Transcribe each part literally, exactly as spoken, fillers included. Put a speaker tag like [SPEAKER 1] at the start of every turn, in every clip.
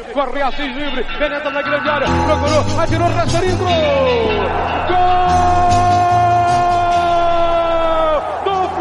[SPEAKER 1] corre Assis livre, penetra na grande área, procurou, atirou, Rasterinho, gol do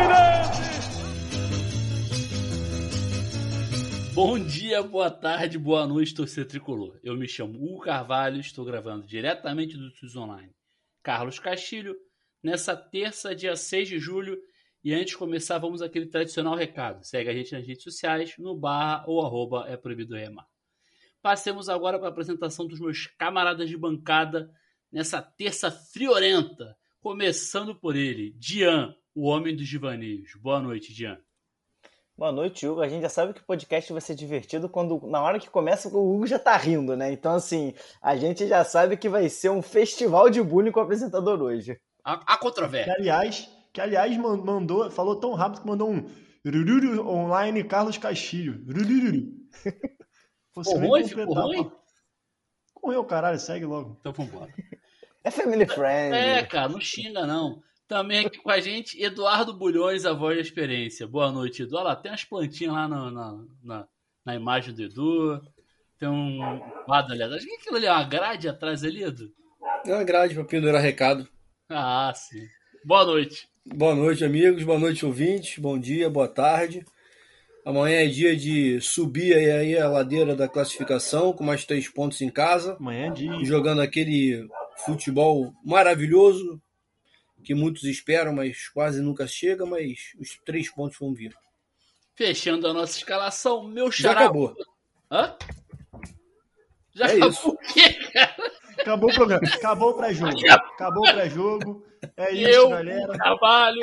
[SPEAKER 1] Fluminense!
[SPEAKER 2] Bom dia, boa tarde, boa noite, torcedor tricolor. Eu me chamo Hugo Carvalho, estou gravando diretamente do T U S Online. Carlos Castilho, nessa terça, dia seis de julho, e antes de começar, vamos àquele tradicional recado. Segue a gente nas redes sociais, no barra ou arroba é proibido remar. Passemos agora para a apresentação dos meus camaradas de bancada nessa terça friorenta, começando por ele, Dian, o homem dos divaneios. Boa noite, Dian.
[SPEAKER 3] Boa noite, Hugo. A gente já sabe que o podcast vai ser divertido quando, na hora que começa, o Hugo já tá rindo, né? Então, assim, a gente já sabe que vai ser um festival de bullying com o apresentador hoje.
[SPEAKER 2] A, a controvérsia.
[SPEAKER 4] Que, aliás, que, aliás, mandou, falou tão rápido que mandou um Rururu online Carlos Castilho. Rururu.
[SPEAKER 2] Ficou ruim? Ficou ruim?
[SPEAKER 4] Correu, caralho. Segue logo.
[SPEAKER 2] Então, vambora.
[SPEAKER 3] É family friend.
[SPEAKER 2] É, cara, não xinga, não. Também aqui com a gente, Eduardo Bulhões, a voz da experiência. Boa noite, Edu. Olha lá, tem umas plantinhas lá na, na, na, na imagem do Edu. Tem um quadro ali atrás. O que é aquilo ali? Uma grade atrás ali, Edu?
[SPEAKER 5] É uma grade para pendurar recado.
[SPEAKER 2] Ah, sim. Boa noite.
[SPEAKER 5] Boa noite, amigos. Boa noite, ouvintes. Bom dia, boa tarde. Amanhã é dia de subir aí a ladeira da classificação com mais três pontos em casa.
[SPEAKER 4] Amanhã é dia.
[SPEAKER 5] Jogando aquele futebol maravilhoso que muitos esperam, mas quase nunca chega, mas os três pontos vão vir.
[SPEAKER 2] Fechando a nossa escalação, meu xará...
[SPEAKER 5] Já acabou.
[SPEAKER 2] Hã? Já
[SPEAKER 5] é
[SPEAKER 2] acabou
[SPEAKER 5] isso.
[SPEAKER 2] o quê, cara?
[SPEAKER 4] Acabou o programa. Acabou o pré-jogo. Acabou o pré-jogo. É isso,
[SPEAKER 2] eu,
[SPEAKER 4] galera.
[SPEAKER 2] Trabalho.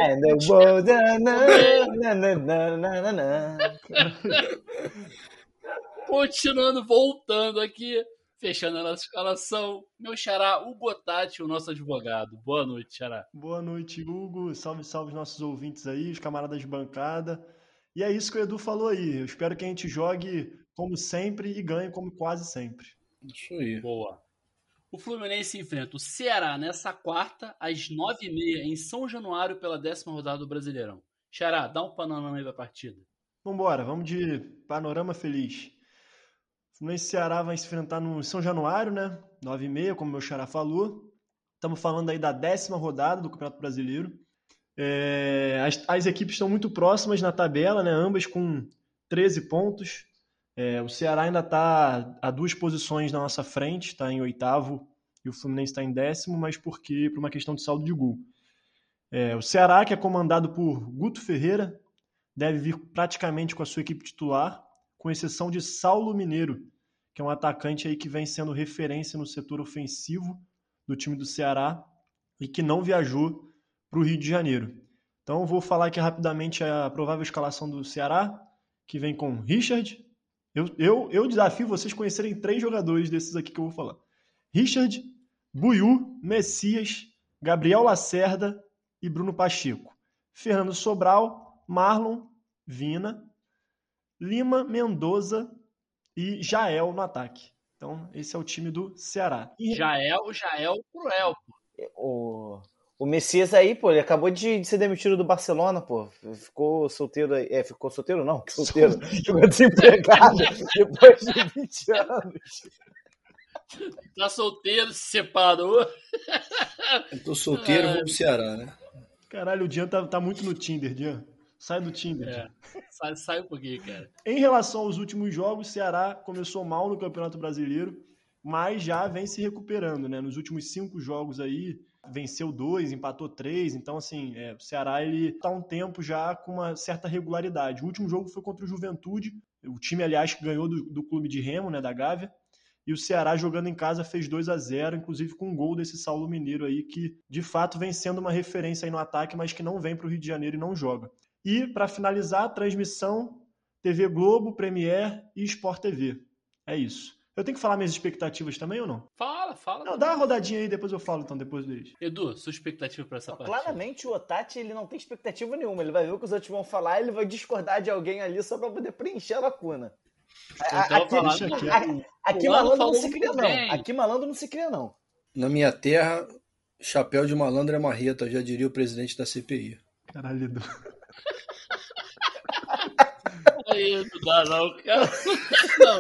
[SPEAKER 2] Continuando, voltando aqui. Fechando a nossa escalação, meu xará, Hugo Otati, o nosso advogado. Boa noite, xará.
[SPEAKER 4] Boa noite, Hugo. Salve, salve os nossos ouvintes aí, os camaradas de bancada. E é isso que o Edu falou aí. Eu espero que a gente jogue como sempre e ganhe como quase sempre.
[SPEAKER 5] Isso aí.
[SPEAKER 2] Boa. O Fluminense enfrenta o Ceará nessa quarta, às nove e meia, em São Januário, pela décima rodada do Brasileirão. Xará, dá um panorama aí da partida.
[SPEAKER 4] Vambora, vamos de panorama feliz. O Fluminense e Ceará vai se enfrentar no São Januário, né? nove e meia, como o meu xará falou. Estamos falando aí da décima rodada do Campeonato Brasileiro. É, as, as equipes estão muito próximas na tabela, né? Ambas com treze pontos. É, o Ceará ainda está a duas posições na nossa frente, está em oitavo e o Fluminense está em décimo, mas porque por uma questão de saldo de gol. É, o Ceará, que é comandado por Guto Ferreira, deve vir praticamente com a sua equipe titular, com exceção de Saulo Mineiro, que é um atacante aí que vem sendo referência no setor ofensivo do time do Ceará e que não viajou para o Rio de Janeiro. Então eu vou falar aqui rapidamente a provável escalação do Ceará, que vem com Richard. Eu, eu, eu desafio vocês conhecerem três jogadores desses aqui que eu vou falar. Richard, Buiú, Messias, Gabriel Lacerda e Bruno Pacheco. Fernando Sobral, Marlon, Vina, Lima, Mendoza e Jael no ataque. Então, esse é o time do Ceará. E...
[SPEAKER 2] Jael, Jael, Cruel.
[SPEAKER 3] O, o Messias aí, pô, ele acabou de, de ser demitido do Barcelona, pô. Ficou solteiro aí. É, ficou solteiro não? Solteiro. Ficou desempregado depois de vinte anos.
[SPEAKER 2] Tá solteiro, se separou.
[SPEAKER 5] Eu tô solteiro, vou pro Ceará, né?
[SPEAKER 4] Caralho, o Dian tá, tá muito no Tinder, Dian. Sai do Tinder.
[SPEAKER 2] É, sai, sai um pouquinho, cara.
[SPEAKER 4] Em relação aos últimos jogos, o Ceará começou mal no Campeonato Brasileiro, mas já vem se recuperando, né? Nos últimos cinco jogos aí, venceu dois, empatou três. Então, assim, é, o Ceará ele tá há um tempo já com uma certa regularidade. O último jogo foi contra o Juventude. O time, aliás, que ganhou do, do clube de Remo, né? Da Gávea. E o Ceará, jogando em casa, fez dois a zero, inclusive com um gol desse Saulo Mineiro aí, que de fato vem sendo uma referência aí no ataque, mas que não vem para o Rio de Janeiro e não joga. E, para finalizar, a transmissão T V Globo, Premiere e Sport T V. É isso. Eu tenho que falar minhas expectativas também ou não?
[SPEAKER 2] Fala, fala.
[SPEAKER 4] Não, dá uma rodadinha aí, depois eu falo então, depois deles.
[SPEAKER 2] Edu, sua expectativa para essa
[SPEAKER 3] Não,
[SPEAKER 2] partida?
[SPEAKER 3] claramente o Otati ele não tem expectativa nenhuma. Ele vai ver o que os outros vão falar e ele vai discordar de alguém ali só para poder preencher a lacuna.
[SPEAKER 2] Então,
[SPEAKER 3] Aqui,
[SPEAKER 2] falar,
[SPEAKER 3] aqui,
[SPEAKER 2] o,
[SPEAKER 3] aqui, aqui
[SPEAKER 2] o
[SPEAKER 3] malandro não
[SPEAKER 2] falou
[SPEAKER 3] se cria, não.
[SPEAKER 2] bem.
[SPEAKER 3] Aqui malandro não se cria, não.
[SPEAKER 5] Na minha terra, chapéu de malandro é marreta, já diria o presidente da C P I.
[SPEAKER 4] Caralho, Edu.
[SPEAKER 2] Aí não dá não, cara. Não.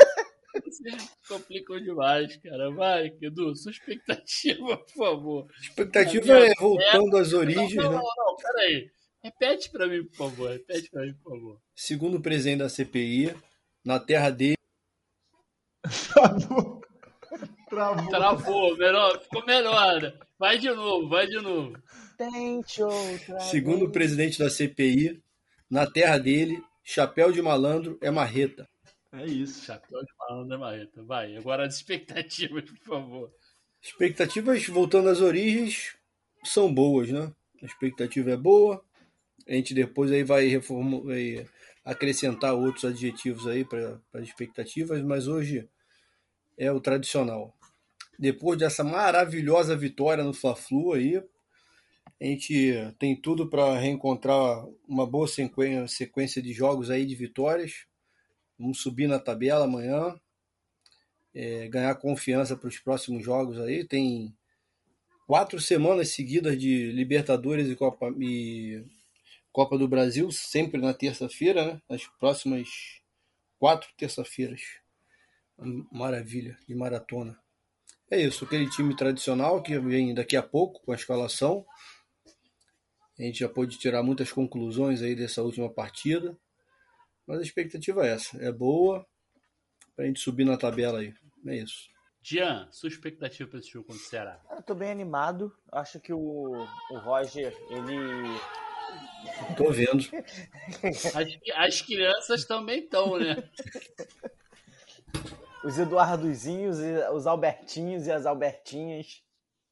[SPEAKER 2] Vocês complicam demais, cara. Vai, Edu, sua expectativa, por favor.
[SPEAKER 5] A expectativa é voltando às origens,
[SPEAKER 2] não, não,
[SPEAKER 5] né?
[SPEAKER 2] não, não, peraí. Repete pra mim, por favor. Repete pra mim, por favor.
[SPEAKER 5] Segundo o presidente da C P I, na terra dele.
[SPEAKER 4] Travou. Travou.
[SPEAKER 2] Travou, melhor, ficou melhor. Né? Vai de novo, vai de novo.
[SPEAKER 3] Tente outra
[SPEAKER 5] Segundo
[SPEAKER 3] vez.
[SPEAKER 5] o presidente da C P I, na terra dele, chapéu de malandro é marreta.
[SPEAKER 4] É isso.
[SPEAKER 2] Chapéu de malandro é marreta. Vai, agora as expectativas, por favor.
[SPEAKER 5] Expectativas, voltando às origens, são boas, né? A expectativa é boa. A gente depois aí vai, reform... vai acrescentar outros adjetivos aí para as expectativas, mas hoje é o tradicional. Depois dessa maravilhosa vitória no Fla-Flu aí, a gente tem tudo para reencontrar uma boa sequência de jogos aí de vitórias. Vamos subir na tabela amanhã, é, ganhar confiança para os próximos jogos aí. Tem quatro semanas seguidas de Libertadores e Copa, e Copa do Brasil, sempre na terça-feira, né? Nas próximas quatro terça-feiras. Maravilha, de maratona. É isso, aquele time tradicional que vem daqui a pouco com a escalação. A gente já pôde tirar muitas conclusões aí dessa última partida. Mas a expectativa é essa. É boa pra gente subir na tabela aí. É isso.
[SPEAKER 2] Jean, sua expectativa para esse jogo contra o Ceará?
[SPEAKER 3] Eu tô bem animado. Acho que o, o Roger, ele...
[SPEAKER 5] Tô vendo.
[SPEAKER 2] As, as crianças também estão, né?
[SPEAKER 3] Os Eduardozinhos, os Albertinhos e as Albertinhas.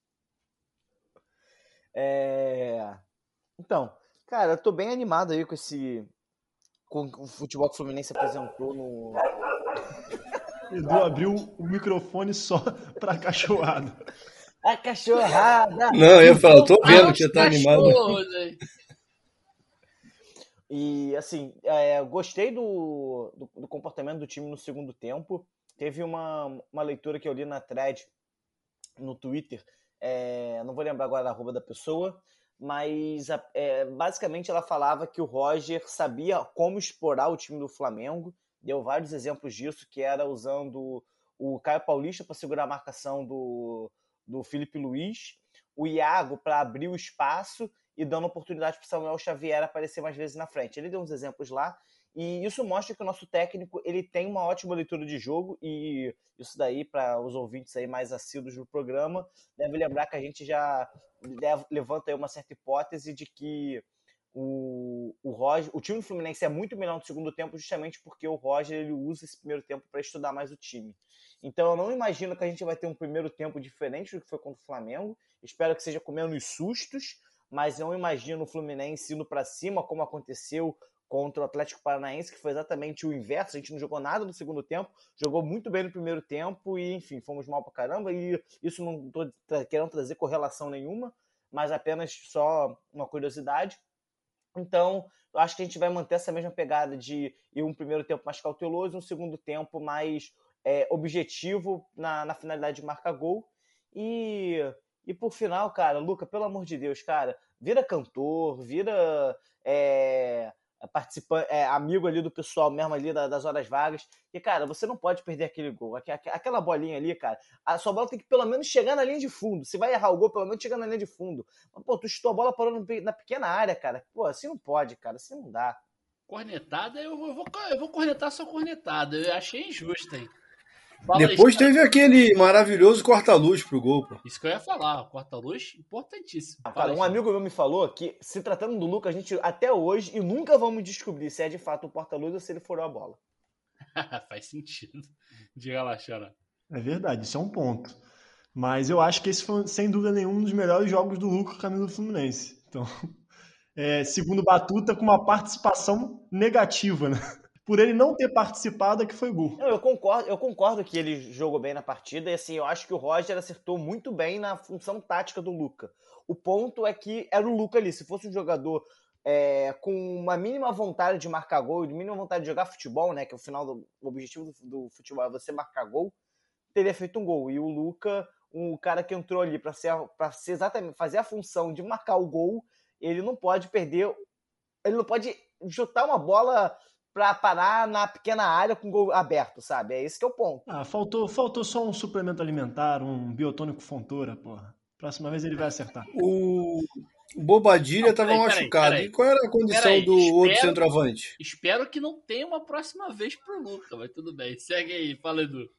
[SPEAKER 3] É... Então, cara, eu tô bem animado aí com esse... com o futebol que o Fluminense apresentou no...
[SPEAKER 4] Edu abriu o microfone só pra cachorrada.
[SPEAKER 3] A cachorrada!
[SPEAKER 5] Não, eu ia falar, tô vendo
[SPEAKER 2] Ah,
[SPEAKER 5] que você
[SPEAKER 2] os
[SPEAKER 5] tá animado.
[SPEAKER 2] cachorros, hein?
[SPEAKER 3] E, assim, é, gostei do, do, do comportamento do time no segundo tempo. Teve uma, uma leitura que eu li na thread, no Twitter, é, não vou lembrar agora a arroba da pessoa, mas é, basicamente ela falava que o Roger sabia como explorar o time do Flamengo, deu vários exemplos disso, que era usando o Caio Paulista para segurar a marcação do, do Felipe Luiz, o Iago para abrir o espaço e dando oportunidade para o Samuel Xavier aparecer mais vezes na frente. Ele deu uns exemplos lá, e isso mostra que o nosso técnico ele tem uma ótima leitura de jogo, e isso daí, para os ouvintes aí mais assíduos do programa, deve lembrar que a gente já deve, levanta aí uma certa hipótese de que o, o, Roger, o time do Fluminense é muito melhor no segundo tempo justamente porque o Roger ele usa esse primeiro tempo para estudar mais o time. Então eu não imagino que a gente vai ter um primeiro tempo diferente do que foi contra o Flamengo. Espero que seja com menos sustos, mas não imagino o Fluminense indo para cima como aconteceu contra o Atlético Paranaense, que foi exatamente o inverso. A gente não jogou nada no segundo tempo, jogou muito bem no primeiro tempo e, enfim, fomos mal pra caramba. E isso não estou querendo trazer correlação nenhuma, mas apenas só uma curiosidade. Então, eu acho que a gente vai manter essa mesma pegada de ir um primeiro tempo mais cauteloso, um segundo tempo mais é, objetivo na, na finalidade de marcar gol. E, e por final, cara, Luca, pelo amor de Deus, cara, vira cantor, vira... É, participante, é, amigo ali do pessoal mesmo ali das horas vagas, e cara, você não pode perder aquele gol, aquela bolinha ali, cara, a sua bola tem que pelo menos chegar na linha de fundo, se vai errar o gol, pelo menos chegar na linha de fundo, mas, pô, tu chutou a bola parando na pequena área, cara, pô, assim não pode, cara, assim não dá.
[SPEAKER 2] Cornetada, eu vou, eu vou cornetar sua cornetada, eu achei injusta, hein.
[SPEAKER 5] Fala Depois aí, teve aquele maravilhoso corta-luz pro gol, pô.
[SPEAKER 2] Isso que eu ia falar, corta-luz importantíssimo.
[SPEAKER 3] Ah, cara, um amigo meu me falou que, se tratando do Lucas, a gente até hoje, e nunca vamos descobrir se é de fato o porta-luz ou se ele furou a bola.
[SPEAKER 2] Faz sentido. Diga lá, Xará.
[SPEAKER 4] É verdade, isso é um ponto. Mas eu acho que esse foi, sem dúvida nenhuma, um dos melhores jogos do Lucas caminho do Fluminense. Então, é, segundo Batuta, com uma participação negativa, né? Por ele não ter participado, é que foi gol.
[SPEAKER 3] Não, eu concordo, eu concordo que ele jogou bem na partida, e assim, eu acho que o Roger acertou muito bem na função tática do Luca. O ponto é que era o Luca ali, se fosse um jogador é, com uma mínima vontade de marcar gol, de mínima vontade de jogar futebol, né, que é o final do o objetivo do, do futebol é você marcar gol, teria feito um gol. E o Luca, um cara que entrou ali para ser, para ser exatamente, fazer a função de marcar o gol, ele não pode perder, ele não pode chutar uma bola pra parar na pequena área com gol aberto, sabe? É esse que é o ponto.
[SPEAKER 4] Ah, faltou, faltou só um suplemento alimentar, um biotônico Fontoura, porra. Próxima vez ele vai acertar.
[SPEAKER 5] O Bobadilha estava
[SPEAKER 2] peraí, peraí,
[SPEAKER 5] machucado.
[SPEAKER 2] peraí.
[SPEAKER 5] E qual era a condição
[SPEAKER 2] Peraí,
[SPEAKER 5] do outro
[SPEAKER 2] espero-
[SPEAKER 5] centroavante?
[SPEAKER 2] Espero que não tenha uma próxima vez pro Luca, mas tudo bem. Segue aí, fala, Edu.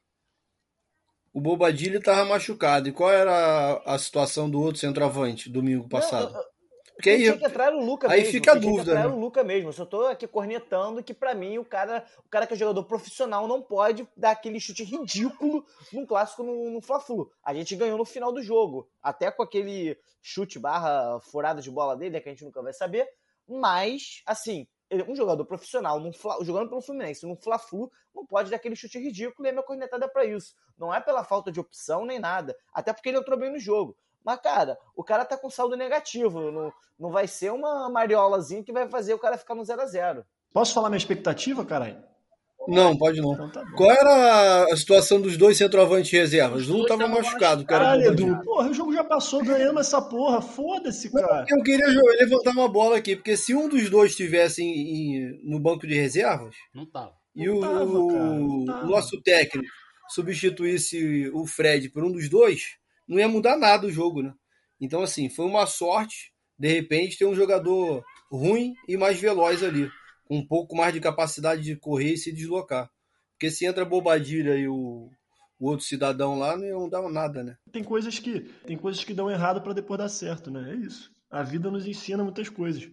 [SPEAKER 5] O Bobadilha estava machucado. E qual era a, a situação do outro centroavante domingo passado?
[SPEAKER 3] Não, eu-
[SPEAKER 5] Porque
[SPEAKER 3] Quem
[SPEAKER 5] aí,
[SPEAKER 3] tinha que entrar era o Luca
[SPEAKER 5] aí
[SPEAKER 3] mesmo.
[SPEAKER 5] fica a
[SPEAKER 3] Quem tinha que
[SPEAKER 5] dúvida,
[SPEAKER 3] entrar
[SPEAKER 5] né?
[SPEAKER 3] era o Luca mesmo. Eu só tô aqui cornetando que, pra mim, o cara, o cara que é jogador profissional não pode dar aquele chute ridículo num clássico no, no Fla-Flu. A gente ganhou no final do jogo. Até com aquele chute barra furada de bola dele, né, que a gente nunca vai saber. Mas, assim, ele- um jogador profissional num Fla- jogando pelo Fluminense num Fla-Flu não pode dar aquele chute ridículo e a minha cornetada é pra isso. Não é pela falta de opção nem nada. Até porque ele entrou bem no jogo. Mas, cara, o cara tá com saldo negativo. Não, não vai ser uma mariolazinha que vai fazer o cara ficar no zero a zero.
[SPEAKER 4] Posso falar minha expectativa, caralho?
[SPEAKER 5] Não, pode não.
[SPEAKER 4] Então tá bom.
[SPEAKER 5] Qual era a situação dos dois centroavantes reservas?
[SPEAKER 2] Os
[SPEAKER 5] Um
[SPEAKER 2] dois
[SPEAKER 5] estava
[SPEAKER 2] estavam
[SPEAKER 5] machucado, que era o
[SPEAKER 4] Caralho,
[SPEAKER 5] Bobadilha.
[SPEAKER 4] Edu, porra, o jogo já passou, ganhamos essa porra. Foda-se, cara.
[SPEAKER 5] Eu queria jo- levantar uma bola aqui, porque se um dos dois estivesse em- em- no banco de reservas
[SPEAKER 2] Não tava.
[SPEAKER 5] e
[SPEAKER 4] Não
[SPEAKER 5] o,
[SPEAKER 4] tava, cara, não
[SPEAKER 5] o
[SPEAKER 4] tava.
[SPEAKER 5] nosso técnico substituísse o Fred por um dos dois, não ia mudar nada o jogo, né? Então, assim, foi uma sorte, de repente, ter um jogador ruim e mais veloz ali, com um pouco mais de capacidade de correr e se deslocar. Porque se entra a Bobadilha e o, o outro cidadão lá, não ia dar nada, né?
[SPEAKER 4] Tem coisas que, tem coisas que dão errado pra depois dar certo, né? É isso. A vida nos ensina muitas coisas.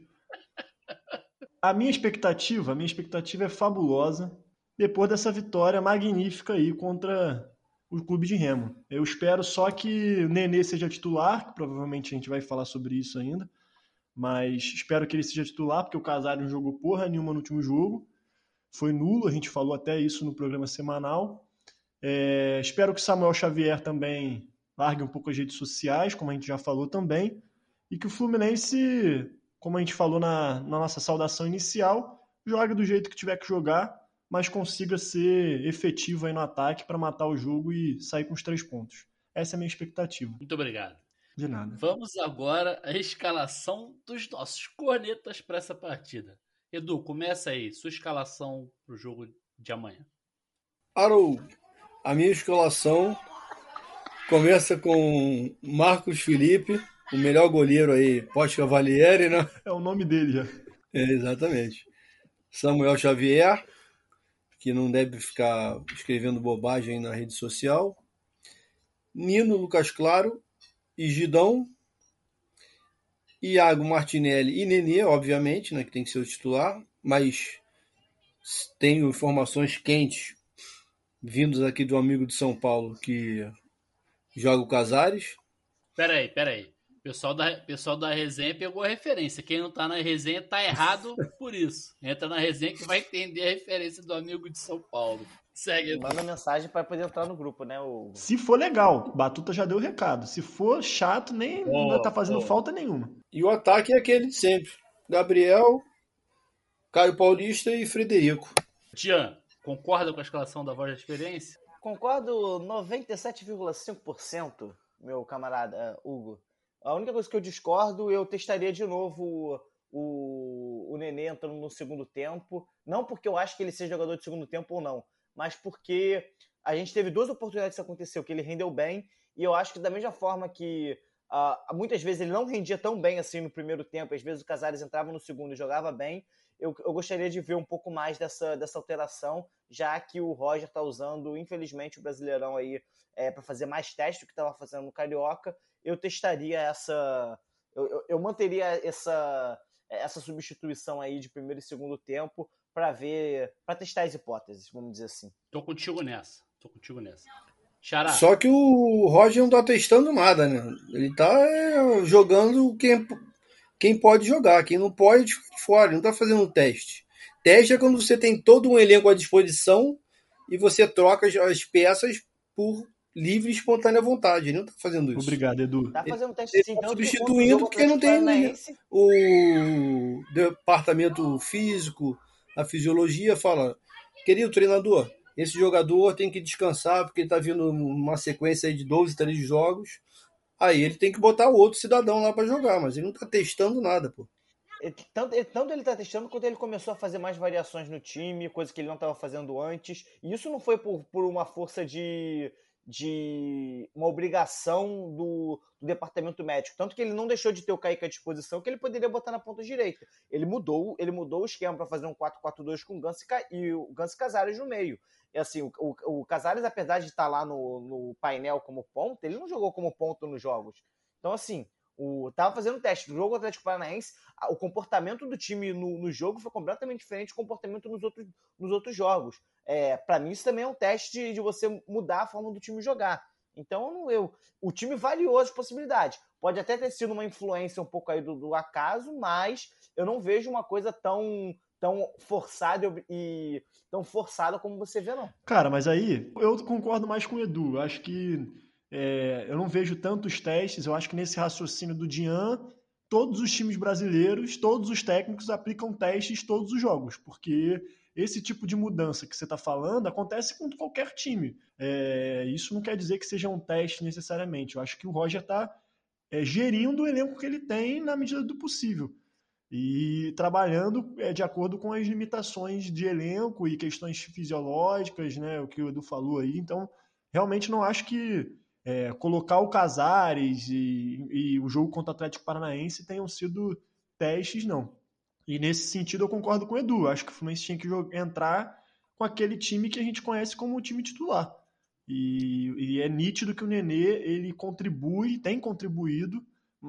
[SPEAKER 4] A minha expectativa, a minha expectativa é fabulosa depois dessa vitória magnífica aí contra o Clube de Remo. Eu espero só que o Nenê seja titular, que provavelmente a gente vai falar sobre isso ainda, mas espero que ele seja titular, porque o Casares não jogou porra nenhuma no último jogo. Foi nulo, a gente falou até isso no programa semanal. É, espero que Samuel Xavier também largue um pouco as redes sociais, como a gente já falou também, e que o Fluminense, como a gente falou na, na nossa saudação inicial, jogue do jeito que tiver que jogar, mas consiga ser efetivo aí no ataque para matar o jogo e sair com os três pontos. Essa é a minha expectativa.
[SPEAKER 2] Muito obrigado.
[SPEAKER 4] De nada.
[SPEAKER 2] Vamos agora à escalação dos nossos cornetas para essa partida. Edu, começa aí. Sua escalação pro jogo de amanhã.
[SPEAKER 5] Arou, a minha escalação começa com Marcos Felipe, o melhor goleiro aí, pós-Cavalieri, né?
[SPEAKER 4] É o nome dele já.
[SPEAKER 5] É, exatamente. Samuel Xavier, que não deve ficar escrevendo bobagem na rede social. Nino Lucas Claro e Gidão. Iago Martinelli e Nenê, obviamente, né, que tem que ser o titular, mas tenho informações quentes vindos aqui do amigo de São Paulo que joga o Casares.
[SPEAKER 2] Peraí, peraí. Pessoal da, pessoal da resenha pegou a referência. Quem não tá na resenha tá errado por isso. Entra na resenha que vai entender a referência do amigo de São Paulo. Segue, Edu.
[SPEAKER 3] Manda mensagem pra poder entrar no grupo, né? O...
[SPEAKER 4] Se for legal, Batuta já deu o recado. Se for chato, nem
[SPEAKER 2] Oh,
[SPEAKER 4] não tá fazendo
[SPEAKER 2] oh.
[SPEAKER 4] falta nenhuma.
[SPEAKER 5] E o ataque é aquele de sempre. Gabriel, Caio Paulista e Frederico.
[SPEAKER 2] Tian, concorda com a escalação da Voz da Experiência?
[SPEAKER 3] Concordo noventa e sete vírgula cinco por cento, meu camarada Hugo. A única coisa que eu discordo, eu testaria de novo o, o Nenê entrando no segundo tempo. Não porque eu acho que ele seja jogador de segundo tempo ou não, mas porque a gente teve duas oportunidades que aconteceu, que ele rendeu bem, e eu acho que da mesma forma que uh, muitas vezes ele não rendia tão bem assim no primeiro tempo, às vezes o Casares entrava no segundo e jogava bem, eu, eu gostaria de ver um pouco mais dessa, dessa alteração, já que o Roger está usando, infelizmente, o Brasileirão aí é, para fazer mais testes do que estava fazendo no Carioca. Eu testaria essa... Eu, eu, eu manteria essa, essa substituição aí de primeiro e segundo tempo para ver, para testar as hipóteses, vamos dizer assim.
[SPEAKER 2] Tô contigo nessa. Tô contigo nessa. Xará.
[SPEAKER 5] Só que o Roger não tá testando nada, né? Ele tá é, jogando quem, quem pode jogar, quem não pode fica de fora, ele não tá fazendo um teste. Teste é quando você tem todo um elenco à disposição e você troca as, as peças por livre e espontânea vontade. Ele não tá fazendo isso.
[SPEAKER 4] Obrigado, Edu.
[SPEAKER 3] Tá fazendo teste
[SPEAKER 5] Ele
[SPEAKER 3] sim,
[SPEAKER 5] tá
[SPEAKER 3] tanto que
[SPEAKER 5] substituindo
[SPEAKER 3] contra o
[SPEAKER 5] porque não tem
[SPEAKER 3] Paranaense,
[SPEAKER 5] o departamento físico, a fisiologia fala, querido treinador, esse jogador tem que descansar porque ele tá vindo uma sequência de doze, treze jogos, aí ele tem que botar o outro cidadão lá para jogar, mas ele não tá testando nada, pô.
[SPEAKER 3] Ele, tanto, ele, tanto ele tá testando quanto ele começou a fazer mais variações no time, coisa que ele não estava fazendo antes. E isso não foi por, por uma força de, de uma obrigação do, do departamento médico. Tanto que ele não deixou de ter o Kaique à disposição, que ele poderia botar na ponta direita. Ele mudou, ele mudou o esquema para fazer um quatro quatro dois com o Ganso e o Ganso e Casares no meio. E assim, o, o, o Casares, apesar de estar lá no, no painel como ponta, ele não jogou como ponta nos jogos. Então, assim, o, tava fazendo teste. No jogo do Atlético Paranaense, o comportamento do time no, no jogo foi completamente diferente do comportamento nos outros, nos outros jogos. É, para mim, isso também é um teste de, de você mudar a forma do time jogar. Então, eu, o time variou as possibilidades. Pode até ter sido uma influência um pouco aí do, do acaso, mas eu não vejo uma coisa tão, tão forçada e tão forçada como você vê, não.
[SPEAKER 4] Cara, mas aí eu concordo mais com o Edu. Eu acho que é, eu não vejo tantos testes. Eu acho que nesse raciocínio do Dian, todos os times brasileiros, todos os técnicos aplicam testes todos os jogos, porque esse tipo de mudança que você está falando acontece com qualquer time. É, isso não quer dizer que seja um teste necessariamente. Eu acho que o Roger está é, gerindo o elenco que ele tem na medida do possível e trabalhando é, de acordo com as limitações de elenco e questões fisiológicas, né, o que o Edu falou aí. Então, realmente não acho que é, colocar o Casares e, e o jogo contra o Atlético Paranaense tenham sido testes, não. E nesse sentido eu concordo com o Edu. Acho que o Fluminense tinha que jogar, entrar com aquele time que a gente conhece como o time titular. E, e é nítido que o Nenê ele contribui, tem contribuído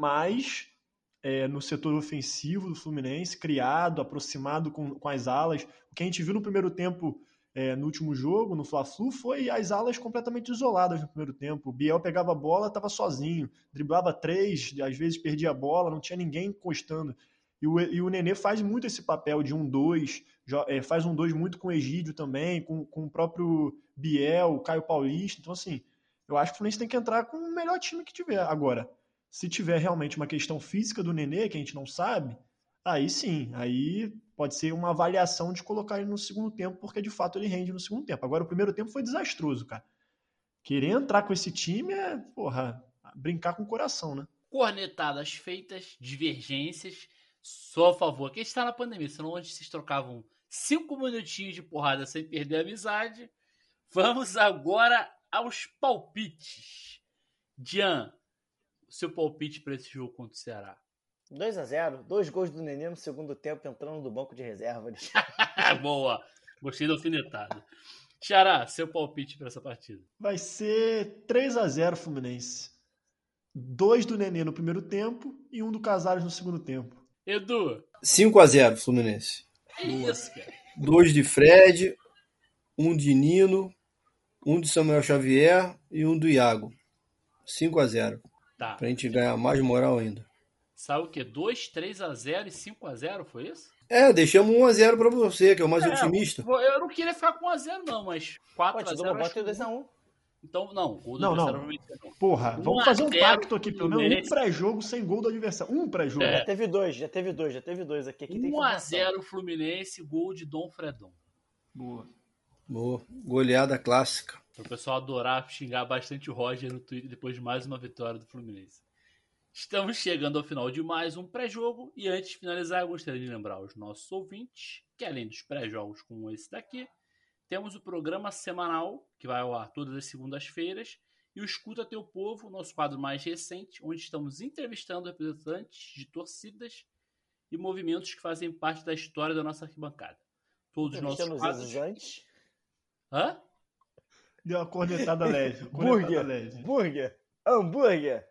[SPEAKER 4] mais é, no setor ofensivo do Fluminense, criado, aproximado com, com as alas. O que a gente viu no primeiro tempo, é, no último jogo, no Fla-Flu, foi as alas completamente isoladas no primeiro tempo. O Biel pegava a bola, estava sozinho, driblava três, às vezes perdia a bola, não tinha ninguém encostando. E o, e o Nenê faz muito esse papel de um dois, é, faz um dois muito com o Egídio também, com, com o próprio Biel, o Caio Paulista. Então, assim, eu acho que o Fluminense tem que entrar com o melhor time que tiver. Agora, se tiver realmente uma questão física do Nenê, que a gente não sabe, aí sim, aí pode ser uma avaliação de colocar ele no segundo tempo, porque de fato ele rende no segundo tempo. Agora, o primeiro tempo foi desastroso, cara. Querer entrar com esse time é, porra, brincar com o coração, né?
[SPEAKER 2] Cornetadas feitas, divergências, só a favor. Quem está na pandemia, senão onde vocês trocavam cinco minutinhos de porrada sem perder a amizade. Vamos agora aos palpites. Dian, o seu palpite para esse jogo contra o Ceará?
[SPEAKER 3] dois a zero, dois gols do Nenê no segundo tempo entrando do banco de reserva.
[SPEAKER 2] Boa, gostei da alfinetada. Xará, seu palpite para essa partida?
[SPEAKER 4] Vai ser três a zero Fluminense. Dois do Nenê no primeiro tempo e um do Casares no segundo tempo.
[SPEAKER 2] Edu?
[SPEAKER 5] cinco a zero Fluminense.
[SPEAKER 2] É isso, cara.
[SPEAKER 5] Dois de Fred, um de Nino, um de Samuel Xavier e um do Iago. cinco a zero.
[SPEAKER 2] Tá.
[SPEAKER 5] Pra gente ganhar mais moral ainda.
[SPEAKER 2] Sabe o quê? dois, três a zero e cinco a zero, foi isso?
[SPEAKER 5] É, deixamos um a zero pra você, que é o mais
[SPEAKER 2] É,
[SPEAKER 5] otimista.
[SPEAKER 2] Eu não queria ficar com um a zero não, mas quatro a zero...
[SPEAKER 3] Bota dois a um.
[SPEAKER 2] Então, não, o gol do
[SPEAKER 4] Não, não.
[SPEAKER 2] adversário não.
[SPEAKER 4] Porra,
[SPEAKER 2] Um
[SPEAKER 4] vamos
[SPEAKER 2] a
[SPEAKER 4] fazer um
[SPEAKER 2] zero
[SPEAKER 4] pacto aqui, pelo menos um
[SPEAKER 2] Fluminense.
[SPEAKER 4] pré-jogo sem gol do adversário. Um pré-jogo.
[SPEAKER 2] É.
[SPEAKER 3] Já teve dois, já teve dois, já teve dois aqui. aqui tem
[SPEAKER 2] um a
[SPEAKER 3] informação.
[SPEAKER 2] zero Fluminense, gol de Dom Fredon.
[SPEAKER 4] Boa.
[SPEAKER 5] Boa. Goleada clássica.
[SPEAKER 2] Para o pessoal adorar xingar bastante o Roger no Twitter depois de mais uma vitória do Fluminense. Estamos chegando ao final de mais um pré-jogo e antes de finalizar eu gostaria de lembrar aos nossos ouvintes que além dos pré-jogos como esse daqui, temos o programa semanal que vai ao ar todas as segundas-feiras e o Escuta Teu Povo, nosso quadro mais recente, onde estamos entrevistando representantes de torcidas e movimentos que fazem parte da história da nossa arquibancada. Todos os nossos quadros...
[SPEAKER 3] Exusantes.
[SPEAKER 2] Hã?
[SPEAKER 4] Deu uma cornetada leve. Cornetada
[SPEAKER 3] Burger,
[SPEAKER 4] leve.
[SPEAKER 3] burger, hambúrguer.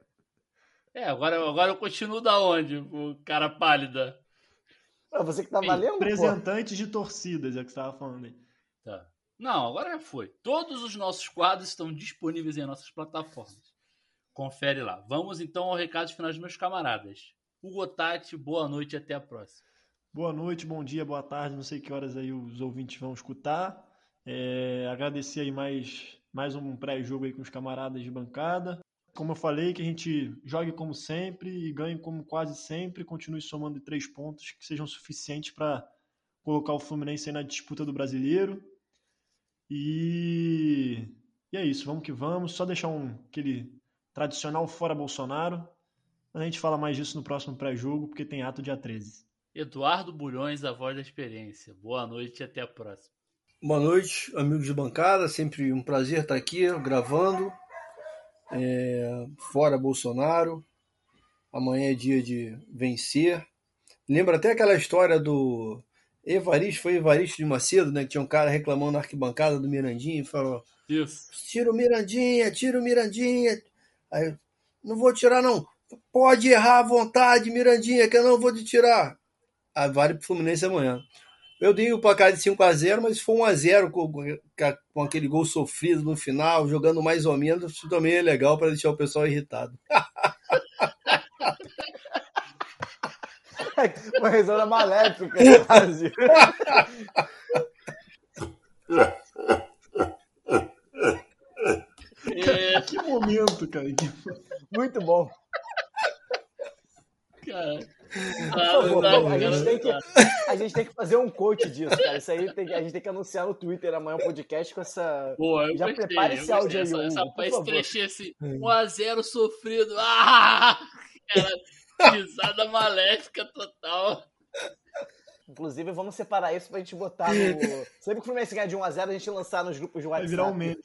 [SPEAKER 2] É, agora, agora eu continuo da onde, o cara pálida?
[SPEAKER 3] Ah, você que tá
[SPEAKER 2] Ei,
[SPEAKER 3] valendo, pô.
[SPEAKER 4] Representantes de torcidas, é o que você estava falando aí.
[SPEAKER 2] Tá. Não, agora já foi. Todos os nossos quadros estão disponíveis em nossas plataformas. Confere lá. Vamos então ao recado final dos meus camaradas. Hugo Tati, boa noite e até a próxima.
[SPEAKER 4] Boa noite, bom dia, boa tarde. Não sei que horas aí os ouvintes vão escutar. É, agradecer aí mais, mais um pré-jogo aí com os camaradas de bancada. Como eu falei, que a gente jogue como sempre e ganhe como quase sempre. Continue somando três pontos que sejam suficientes para colocar o Fluminense aí na disputa do Brasileiro. E, e é isso, vamos que vamos. Só deixar um, aquele tradicional fora Bolsonaro. A gente fala mais disso no próximo pré-jogo, porque tem ato dia treze.
[SPEAKER 2] Eduardo Bulhões, a voz da experiência. Boa noite e até a próxima.
[SPEAKER 5] Boa noite, amigos de bancada. Sempre um prazer estar aqui gravando. É, fora Bolsonaro. Amanhã é dia de vencer. Lembra até aquela história do Evaristo, foi Evaristo de Macedo, né? Que tinha um cara reclamando na arquibancada do Mirandinha e falou:
[SPEAKER 2] Isso.
[SPEAKER 5] Tira o Mirandinha, tira o Mirandinha. Aí, não vou tirar, não. Pode errar à vontade, Mirandinha, que eu não vou te tirar. Aí vale pro Fluminense amanhã. Eu dei o placar de cinco a zero, mas foi um a zero com, com aquele gol sofrido no final, jogando mais ou menos, isso também é legal para deixar o pessoal irritado.
[SPEAKER 3] Uma risada maléfica, quase.
[SPEAKER 2] É,
[SPEAKER 4] Que momento, cara.
[SPEAKER 3] Muito bom.
[SPEAKER 2] cara.
[SPEAKER 3] Por
[SPEAKER 2] Ah,
[SPEAKER 3] favor,
[SPEAKER 2] não dá,
[SPEAKER 3] a, gente
[SPEAKER 2] cara,
[SPEAKER 3] tem que,
[SPEAKER 2] não dá.
[SPEAKER 3] a gente tem que fazer um coach disso, cara. Isso aí tem, a gente tem que anunciar no Twitter amanhã o podcast com essa.
[SPEAKER 2] Pô, eu
[SPEAKER 3] Já
[SPEAKER 2] gostei,
[SPEAKER 3] prepara
[SPEAKER 2] eu
[SPEAKER 3] esse áudio
[SPEAKER 2] gostei.
[SPEAKER 3] aí,
[SPEAKER 2] Essa,
[SPEAKER 3] Hugo,
[SPEAKER 2] essa,
[SPEAKER 3] por
[SPEAKER 2] esse
[SPEAKER 3] favor.
[SPEAKER 2] trechinho assim, um a zero sofrido. Ah! Cara, risada maléfica total.
[SPEAKER 3] Inclusive, vamos separar isso pra gente botar no. Sempre que o Fluminense ganhar de um a zero, a gente lançar nos grupos de
[SPEAKER 4] Vai
[SPEAKER 3] WhatsApp.
[SPEAKER 4] virar um meme.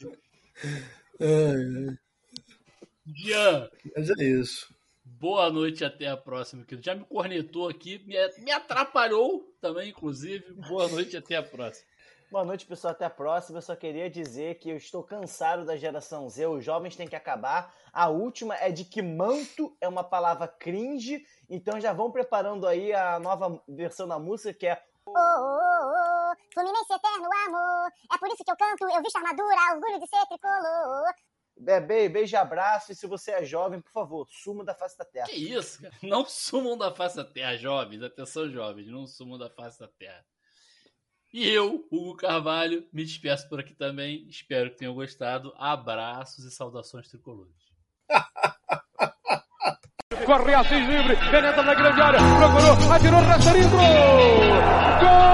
[SPEAKER 5] É,
[SPEAKER 2] Jean,
[SPEAKER 5] mas é isso.
[SPEAKER 2] boa noite, até a próxima, querido. Já me cornetou aqui, me, me atrapalhou também, inclusive. Boa noite, até a próxima.
[SPEAKER 3] Boa noite, pessoal. Até a próxima. Eu só queria dizer que eu estou cansado da geração Z. Os jovens têm que acabar. A última é de que manto é uma palavra cringe. Então já vão preparando aí a nova versão da música, que é
[SPEAKER 6] Oh, oh, oh, Fluminense eterno amor. É por isso que eu canto, eu visto armadura, orgulho de ser tricolor.
[SPEAKER 3] é, be- beijo e abraço. E se você é jovem, por favor, suma da face da terra.
[SPEAKER 2] Que isso, cara? Não sumam da face da terra, jovens. Atenção, jovens. Não sumam da face da terra. E eu, Hugo Carvalho, me despeço por aqui também. Espero que tenham gostado. Abraços e saudações tricolores.
[SPEAKER 1] Corre Assis livre, penetra na grande área, procurou, atirou, Rasterinho, gol! Gol!